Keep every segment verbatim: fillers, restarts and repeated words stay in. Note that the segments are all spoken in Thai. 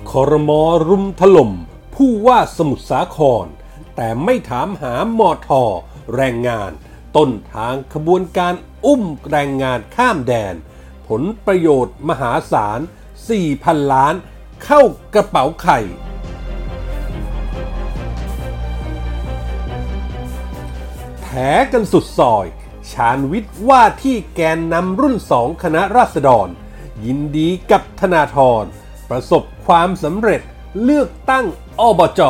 ครม.รุมถล่มผู้ว่าสมุทรสาครแต่ไม่ถามหามอทอแรงงานต้นทางขบวนการอุ้มแรงงานข้ามแดนผลประโยชน์มหาศาล สี่พัน ล้านเข้ากระเป๋าไข่แถกันสุดซอยชาญวิทย์ว่าที่แกนนำรุ่นสองคณะราษฎรยินดีกับธนาธรประสบความสำเร็จเลือกตั้งอบจ.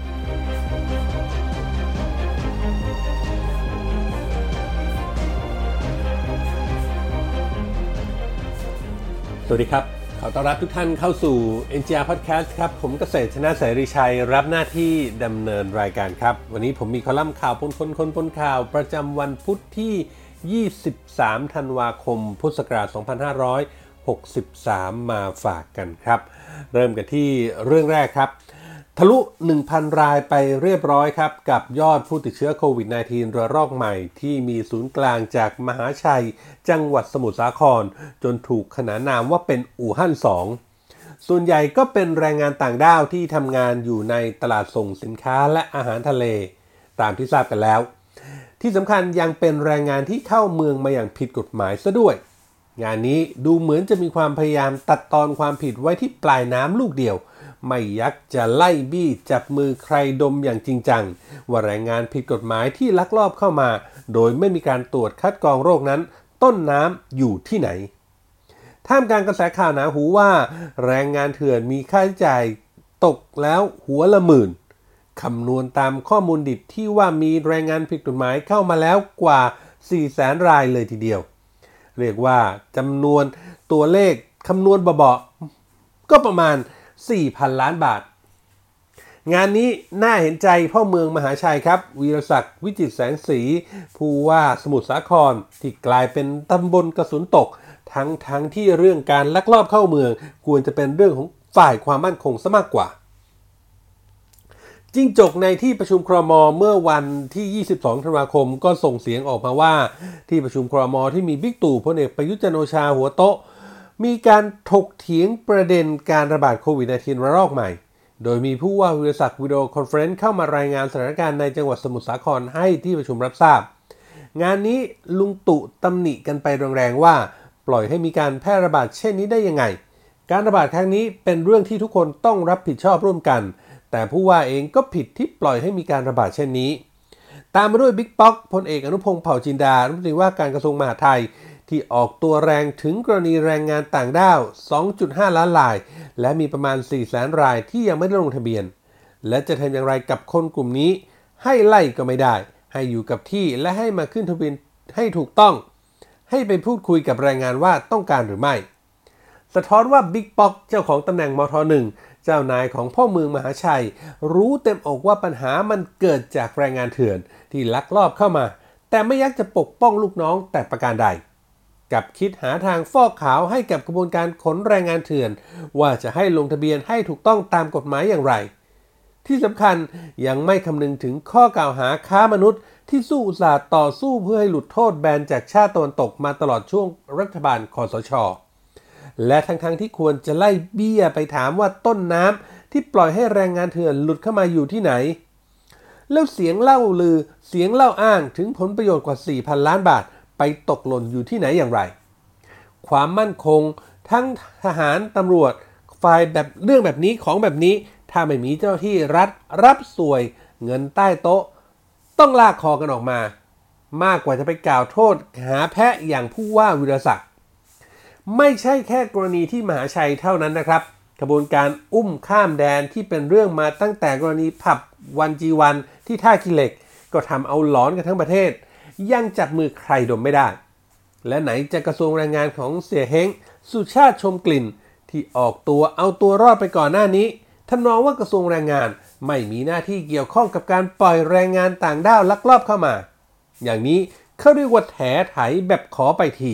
สวัสดีครับขอต้อนรับทุกท่านเข้าสู่ เอ็น จี อาร์ Podcast ครับผมเกษตรชนะเสรีชัยรับหน้าที่ดำเนินรายการครับวันนี้ผมมีคอลัมน์ข่าวปนคนคนปนข่าวประจำวันพุธที่ยี่สิบสามธันวาคมพุทธศักราชสองพันห้าร้อยหกสิบสามมาฝากกันครับเริ่มกันที่เรื่องแรกครับทะลุ หนึ่งพัน รายไปเรียบร้อยครับกับยอดผู้ติดเชื้อโควิด สิบเก้า ระลอกใหม่ที่มีศูนย์กลางจากมหาชัยจังหวัดสมุทรสาครจนถูกขนานนามว่าเป็นอู่ฮั่นสองส่วนใหญ่ก็เป็นแรงงานต่างด้าวที่ทำงานอยู่ในตลาดส่งสินค้าและอาหารทะเลตามที่ทราบกันแล้วที่สำคัญยังเป็นแรงงานที่เข้าเมืองมาอย่างผิดกฎหมายซะด้วยงานนี้ดูเหมือนจะมีความพยายามตัดตอนความผิดไว้ที่ปลายน้ำลูกเดียวไม่ยักจะไล่บี้จับมือใครดมอย่างจริงจังว่าแรงงานผิดกฎหมายที่ลักลอบเข้ามาโดยไม่มีการตรวจคัดกรองโรคนั้นต้นน้ำอยู่ที่ไหนท่ามกลางกระแสข่าวหนาหูว่าแรงงานเถื่อนมีค่าใช้จ่ายตกแล้วหัวละหมื่นคำนวณตามข้อมูลดิบที่ว่ามีแรงงานผิดกฎหมายเข้ามาแล้วกว่า สี่แสน รายเลยทีเดียวเรียกว่าจำนวนตัวเลขคำนวณเบาๆก็ประมาณ สี่พัน ล้านบาทงานนี้น่าเห็นใจพ่อเมืองมหาชัยครับวีรศักดิ์วิจิตรแสงสีผู้ว่าสมุทรสาครที่กลายเป็นตำบลกระสุนตกทั้งทั้งที่เรื่องการลักลอบเข้าเมืองควรจะเป็นเรื่องของฝ่ายความมั่นคงซะมากกว่าจิ้งจกในที่ประชุมครม.เมื่อวันที่ยี่สิบสองธันวาคมก็ส่งเสียงออกมาว่าที่ประชุมครม.ที่มีบิ๊กตู่พลเอกประยุทธ์จันทร์โอชาหัวโต๊ะมีการถกเถียงประเด็นการระบาดโควิด สิบเก้า ระลอกใหม่โดยมีผู้ว่าวิรศักดิ์วิดีโอคอนเฟอเรนซ์เข้ามารายงานสถานการณ์ในจังหวัดสมุทรสาครให้ที่ประชุมรับทราบงานนี้ลุงตู่ตำหนิกันไปแรงๆว่าปล่อยให้มีการแพร่ระบาดเช่นนี้ได้ยังไงการระบาดครั้งนี้เป็นเรื่องที่ทุกคนต้องรับผิดชอบร่วมกันแต่ผู้ว่าเองก็ผิดที่ปล่อยให้มีการระบาดเช่นนี้ตามมาด้วยบิ๊กป๊อกพลเอกอนุพงษ์เผ่าจินดารัฐมนตรีว่าการกระทรวงมหาดไทยที่ออกตัวแรงถึงกรณีแรงงานต่างด้าว สองจุดห้า ล้านรายและมีประมาณ สี่แสน รายที่ยังไม่ได้ลงทะเบียนและจะทำอย่างไรกับคนกลุ่มนี้ให้ไล่ก็ไม่ได้ให้อยู่กับที่และให้มาขึ้นทะเบียนให้ถูกต้องให้ไปพูดคุยกับแรงงานว่าต้องการหรือไม่สะท้อนว่าบิ๊กป๊อกเจ้าของตำแหน่งมท.หนึ่งเจ้านายของพ่อเมืองมหาชัยรู้เต็มอกว่าปัญหามันเกิดจากแรงงานเถื่อนที่ลักลอบเข้ามาแต่ไม่ยักจะปกป้องลูกน้องแต่ประการใดกับคิดหาทางฟอกขาวให้กับกระบวนการขนแรงงานเถื่อนว่าจะให้ลงทะเบียนให้ถูกต้องตามกฎหมายอย่างไรที่สำคัญยังไม่คำนึงถึงข้อกล่าวหาค้ามนุษย์ที่สู้อุตสาห์ต่อสู้เพื่อให้หลุดโทษแบนจากชาติตะวันตกมาตลอดช่วงรัฐบาลคสช.และทั้งๆ ท, ที่ควรจะไล่เบี้ยไปถามว่าต้นน้ำที่ปล่อยให้แรงงานเถื่อนหลุดเข้ามาอยู่ที่ไหนแล้วเสียงเล่าลือเสียงเล่าอ้างถึงผลประโยชน์กว่า สี่พัน ล้านบาทไปตกหล่นอยู่ที่ไหนอย่างไรความมั่นคงทั้งทหารตำรวจฝ่ายแบบเรื่องแบบนี้ของแบบนี้ถ้าไม่มีเจ้าที่รัฐรับสวยเงินใต้โต๊ะต้องลากคอกันออกมามากกว่าจะไปกล่าวโทษหาแพะอย่างผู้ว่าวิรศักดิ์ไม่ใช่แค่กรณีที่มหาชัยเท่านั้นนะครับกระบวนการอุ้มข้ามแดนที่เป็นเรื่องมาตั้งแต่กรณีผับวันจีวันที่ท่าขี้เหล็กก็ทำเอาหลอนกันทั้งประเทศยังจับมือใครดมไม่ได้และไหนจะกระทรวงแรงงานของเสี่ยเฮ้งสุชาติชมกลิ่นที่ออกตัวเอาตัวรอดไปก่อนหน้านี้ทำนองว่ากระทรวงแรงงานไม่มีหน้าที่เกี่ยวข้องกับการปล่อยแรงงานต่างด้าวลักลอบเข้ามาอย่างนี้เขาเรียกว่าแถไถแบบขอไปที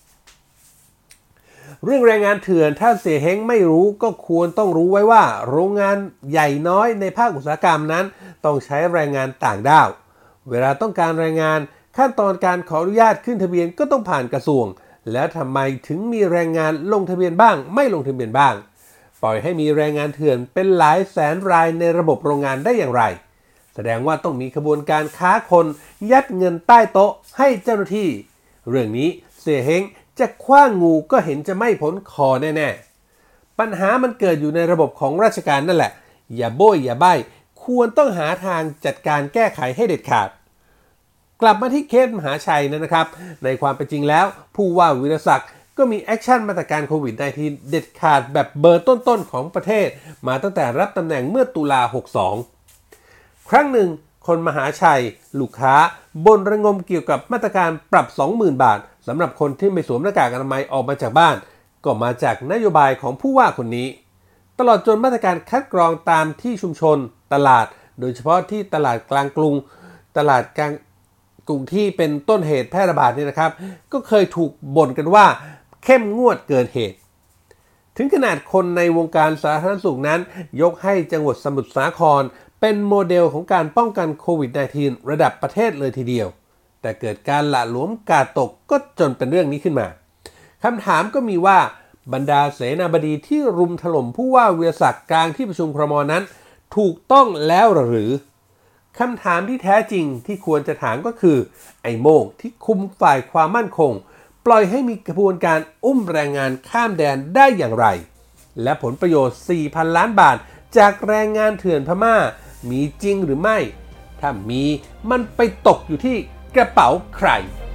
เรื่องแรงงานเถื่อนถ้าเสี่ยเฮ้งไม่รู้ก็ควรต้องรู้ไว้ว่าโรงงานใหญ่น้อยในภาคอุตสาหกรรมนั้นต้องใช้แรงงานต่างด้าวเวลาต้องการแรงงานขั้นตอนการขออนุญาตขึ้นทะเบียนก็ต้องผ่านกระทรวงแล้วทำไมถึงมีแรงงานลงทะเบียนบ้างไม่ลงทะเบียนบ้างปล่อยให้มีแรงงานเถื่อนเป็นหลายแสนรายในระบบโรงงานได้อย่างไรแสดงว่าต้องมีขบวนการค้าคนยัดเงินใต้โต๊ะให้เจ้าหน้าที่เรื่องนี้เสี่ยเฮ้งจะคว้างงูก็เห็นจะไม่พ้นคอแน่ๆปัญหามันเกิดอยู่ในระบบของราชการนั่นแหละอย่าโบยอย่าใบ้ควรต้องหาทางจัดการแก้ไขให้เด็ดขาดกลับมาที่เคสมหาชัยนะครับในความเป็นจริงแล้วผู้ว่าวิรศักดิ์ก็มีแอคชั่นมาตรการโควิด สิบเก้า เด็ดขาดแบบเบอร์ต้นๆของประเทศมาตั้งแต่รับตำแหน่งเมื่อตุลาหกสิบสองครั้งหนึ่งคนมหาชัยลูกค้าบ่นระงมเกี่ยวกับมาตรการปรับ สองหมื่น บาทสำหรับคนที่ไม่สวมหน้ากากอนามัยออกมาจากบ้านก็มาจากนโยบายของผู้ว่าคนนี้ตลอดจนมาตรการคัดกรองตามที่ชุมชนตลาดโดยเฉพาะที่ตลาดกลางกรุงตลาดกลางกรุงที่เป็นต้นเหตุแพร่ระบาดนี่นะครับก็เคยถูกบ่นกันว่าเข้มงวดเกินเหตุถึงขนาดคนในวงการสาธารณสุขนั้นยกให้จังหวัดสมุทรสาครเป็นโมเดลของการป้องกันโควิด สิบเก้า ระดับประเทศเลยทีเดียวแต่เกิดการหละหลวมกาดตกก็จนเป็นเรื่องนี้ขึ้นมาคำถามก็มีว่าบรรดาเสนาบดีที่รุมถล่มผู้ว่าวิรศักดิ์กลางที่ประชุมครม.นั้นถูกต้องแล้วหรือคำถามที่แท้จริงที่ควรจะถามก็คือไอ้โม่งที่คุมฝ่ายความมั่นคงปล่อยให้มีกระบวนการอุ้มแรงงานข้ามแดนได้อย่างไรและผลประโยชน์ สี่พัน ล้านบาทจากแรงงานเถื่อนพม่ามีจริงหรือไม่ถ้ามีมันไปตกอยู่ที่กระเป๋าใคร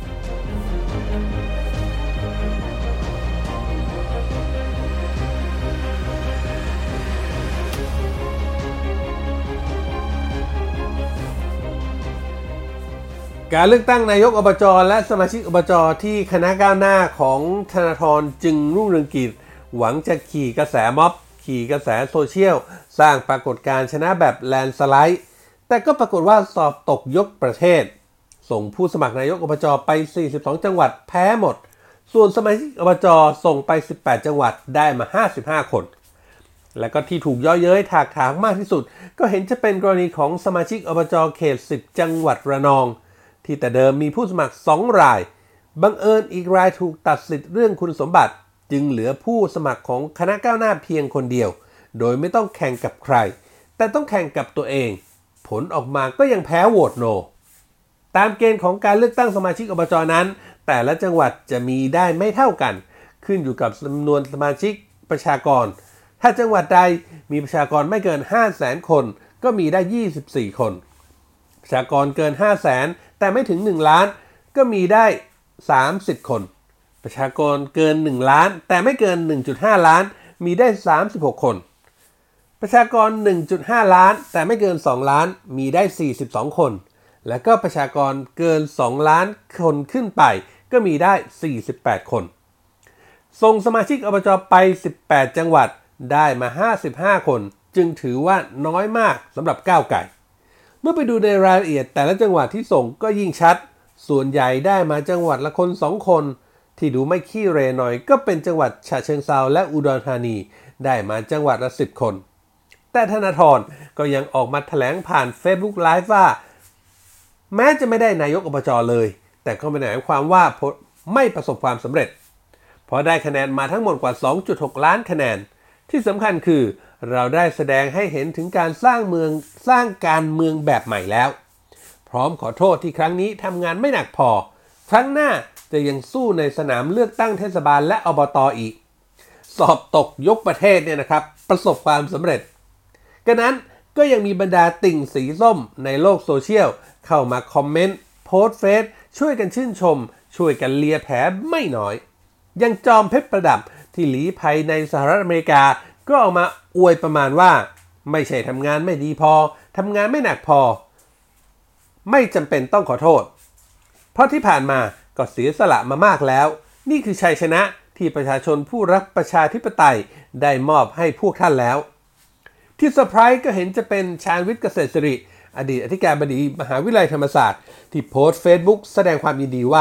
การเลือกตั้งนายกอบจ.และสมาชิกอบจ.ที่คณะก้าวหน้าของธนาธรจึงรุ่งเรืองกิจหวังจะขี่กระแสม็อบขี่กระแสโซเชียลสร้างปรากฏการณ์ชนะแบบแลนด์สไลด์แต่ก็ปรากฏว่าสอบตกยกประเทศส่งผู้สมัครนายกอบจ.ไปสี่สิบสองจังหวัดแพ้หมดส่วนสมาชิกอบจ.ส่งไปสิบแปดจังหวัดได้มาห้าสิบห้าคนและก็ที่ถูกย่อเย้ยถากถางมากที่สุดก็เห็นจะเป็นกรณีของสมาชิกอบจ.เขตสิบจังหวัดระนองที่แต่เดิมมีผู้สมัครสองรายบังเอิญอีกรายถูกตัดสิทธิ์เรื่องคุณสมบัติจึงเหลือผู้สมัครของคณะก้าวหน้าเพียงคนเดียวโดยไม่ต้องแข่งกับใครแต่ต้องแข่งกับตัวเองผลออกมาก็ยังแพ้โหวตโนตามเกณฑ์ของการเลือกตั้งสมาชิกอบจ.นั้นแต่ละจังหวัดจะมีได้ไม่เท่ากันขึ้นอยู่กับจำนวนสมาชิกประชากรถ้าจังหวัดใดมีประชากรไม่เกิน ห้าแสน คนก็มีได้ยี่สิบสี่คนประชากรเกิน ห้าแสน แต่ไม่ถึงหนึ่งล้านก็มีได้สามสิบคนประชากรเกินหนึ่งล้านแต่ไม่เกิน หนึ่งจุดห้า ล้านมีได้สามสิบหกคนประชากร หนึ่งจุดห้า ล้านแต่ไม่เกินสองล้านมีได้สี่สิบสองคนและก็ประชากรเกินสองล้านคนขึ้นไปก็มีได้สี่สิบแปดคนส่งสมาชิกอบจ.ไปสิบแปดจังหวัดได้มาห้าสิบห้าคนจึงถือว่าน้อยมากสำหรับก้าวไกลเมื่อไปดูในรายละเอียดแต่ละจังหวัดที่ส่งก็ยิ่งชัดส่วนใหญ่ได้มาจังหวัดละคนสองคนที่ดูไม่ขี้เรหน่อยก็เป็นจังหวัดฉะเชิงเทราและอุดรธานีได้มาจังหวัดละสิบคนแต่ธนาธรก็ยังออกมาแถลงผ่าน Facebook Live ว่าแม้จะไม่ได้นายกอบจ.เลยแต่ก็ไม่ได้หมายความว่าไม่ประสบความสำเร็จเพราะได้คะแนนมาทั้งหมดกว่า สองจุดหก ล้านคะแนนที่สำคัญคือเราได้แสดงให้เห็นถึงการสร้างเมืองสร้างการเมืองแบบใหม่แล้วพร้อมขอโทษที่ครั้งนี้ทำงานไม่หนักพอครั้งหน้าจะยังสู้ในสนามเลือกตั้งเทศบาลและอบต.อีกสอบตกยกประเทศเนี่ยนะครับประสบความสำเร็จกระนั้นก็ยังมีบรรดาติ่งสีส้มในโลกโซเชียลเข้ามาคอมเมนต์โพสต์เฟซช่วยกันชื่นชมช่วยกันเลียแผลไม่น้อยยังจอมเพชรประดับที่ลี้ภัยในสหรัฐอเมริกาก็ออกมาอวยประมาณว่าไม่ใช่ทำงานไม่ดีพอทำงานไม่หนักพอไม่จำเป็นต้องขอโทษเพราะที่ผ่านมาก็เสียสละมามากแล้วนี่คือชัยชนะที่ประชาชนผู้รักประชาธิปไตยได้มอบให้พวกท่านแล้วที่เซอร์ไพรส์ก็เห็นจะเป็นชาญวิทย์เกษตรศิริอดีตอธิการบดีมหาวิทยาลัยธรรมศาสตร์ที่โพสต์ Facebook แสดงความยินดีว่า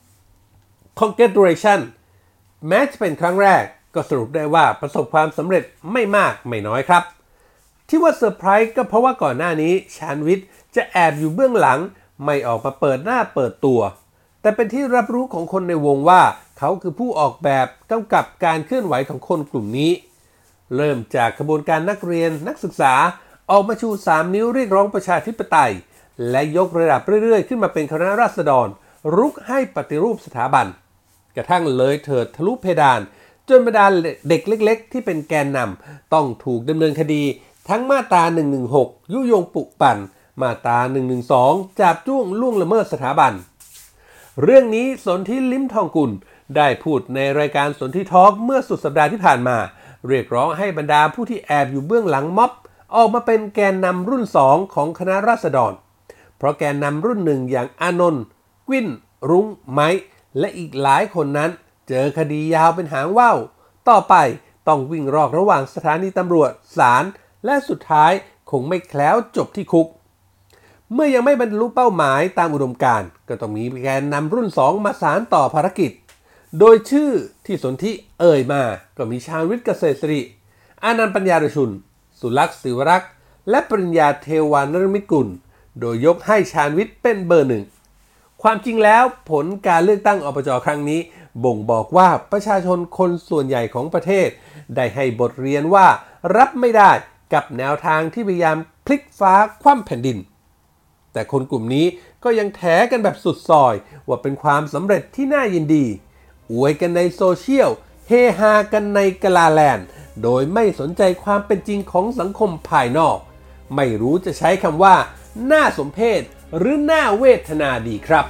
Congratulation แม้จะเป็นครั้งแรกก็สรุปได้ว่าประสบความสำเร็จไม่มากไม่น้อยครับที่ว่าเซอร์ไพรส์ก็เพราะว่าก่อนหน้านี้ชาญวิทย์จะแอบอยู่เบื้องหลังไม่ออกมาเปิดหน้าเปิดตัวแต่เป็นที่รับรู้ของคนในวงว่าเขาคือผู้ออกแบบกำกับการเคลื่อนไหวของคนกลุ่มนี้เริ่มจากขบวนการนักเรียนนักศึกษาออกมาชูสามนิ้วเรียกร้องประชาธิปไตยและยกระดับเรื่อยๆขึ้นมาเป็นคณะราษฎรรุกให้ปฏิรูปสถาบันกระทั่งเลยเถิดทะลุเพดานจนบรรดาเด็กเล็กๆที่เป็นแกนนำต้องถูกดำเนินคดีทั้งมาตราหนึ่งหนึ่งหกยุยงปลุกปั่นมาตราหนึ่งหนึ่งสองจาบจ้วงล่วงละเมิดสถาบันเรื่องนี้สนธิลิ้มทองกุลได้พูดในรายการสนธิทอล์กเมื่อสุดสัปดาห์ที่ผ่านมาเรียกร้องให้บรรดาผู้ที่แอบอยู่เบื้องหลังม็อบออกมาเป็นแกนนำรุ่นสองของคณะราษฎรเพราะแกนนำรุ่นหนึ่งอย่างอานนท์กวิ้นรุ้งไม้และอีกหลายคนนั้นเจอคดียาวเป็นหางว่าวต่อไปต้องวิ่งรอกระหว่างสถานีตำรวจศาลและสุดท้ายคงไม่แคล้วจบที่คุกเมื่อยังไม่บรรลุเป้าหมายตามอุดมการณ์ก็ต้องมีแกนนำรุ่นสองมาสานต่อภารกิจโดยชื่อที่สนธิเอ่ยมาก็มีชาญวิทย์เกษตรศิริอานันต์ปัญญารชุนสุลักษณ์ศิวรักษ์และปริญญาเทวานรมิตรกุลโดยยกให้ชาญวิทย์เป็นเบอร์หนึ่งความจริงแล้วผลการเลือกตั้งอบจ.ครั้งนี้บ่งบอกว่าประชาชนคนส่วนใหญ่ของประเทศได้ให้บทเรียนว่ารับไม่ได้กับแนวทางที่พยายามพลิกฟ้าคว่ำแผ่นดินแต่คนกลุ่มนี้ก็ยังแถกันแบบสุดซอยว่าเป็นความสำเร็จที่น่ายินดีอวยกันในโซเชียลเฮฮากันในกะลาแลนด์โดยไม่สนใจความเป็นจริงของสังคมภายนอกไม่รู้จะใช้คำว่าน่าสมเพชหรือน่าเวทนาดีครับ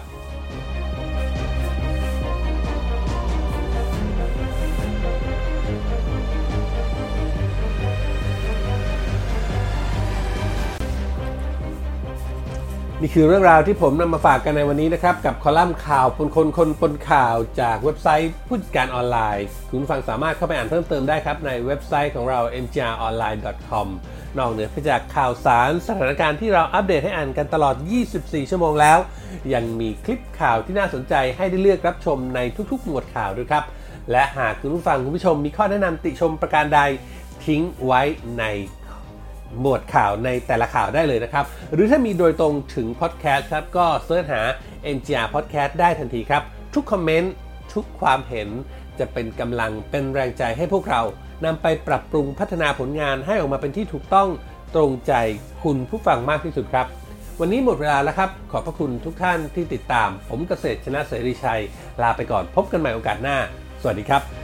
นี่คือเรื่องราวที่ผมนำมาฝากกันในวันนี้นะครับกับคอลัมน์ข่าวปนคนคนปนข่าวจากเว็บไซต์ผู้จัดการออนไลน์คุณผู้ฟังสามารถเข้าไปอ่านเพิ่มเติมได้ครับในเว็บไซต์ของเรา เอ็ม จี อาร์ ออนไลน์ ดอท คอม นอกเหนือไปจากข่าวสารสถานการณ์ที่เราอัปเดตให้อ่านกันตลอดยี่สิบสี่ชั่วโมงแล้วยังมีคลิปข่าวที่น่าสนใจให้ได้เลือกรับชมในทุกๆหมวดข่าวด้วยครับและหากคุณผู้ฟังคุณผู้ชมมีข้อแนะนำติชมประการใดทิ้งไว้ในหมวดข่าวในแต่ละข่าวได้เลยนะครับหรือถ้ามีโดยตรงถึงพอดแคสต์ครับก็เสิร์ชหา เอ็ม จี อาร์ Podcast ได้ทันทีครับทุกคอมเมนต์ทุกความเห็นจะเป็นกำลังเป็นแรงใจให้พวกเรานำไปปรับปรุงพัฒนาผลงานให้ออกมาเป็นที่ถูกต้องตรงใจคุณผู้ฟังมากที่สุดครับวันนี้หมดเวลาแล้วครับขอบพระคุณทุกท่านที่ติดตามผมเกษตรชนะเสรีชัยลาไปก่อนพบกันใหม่โอกาสหน้าสวัสดีครับ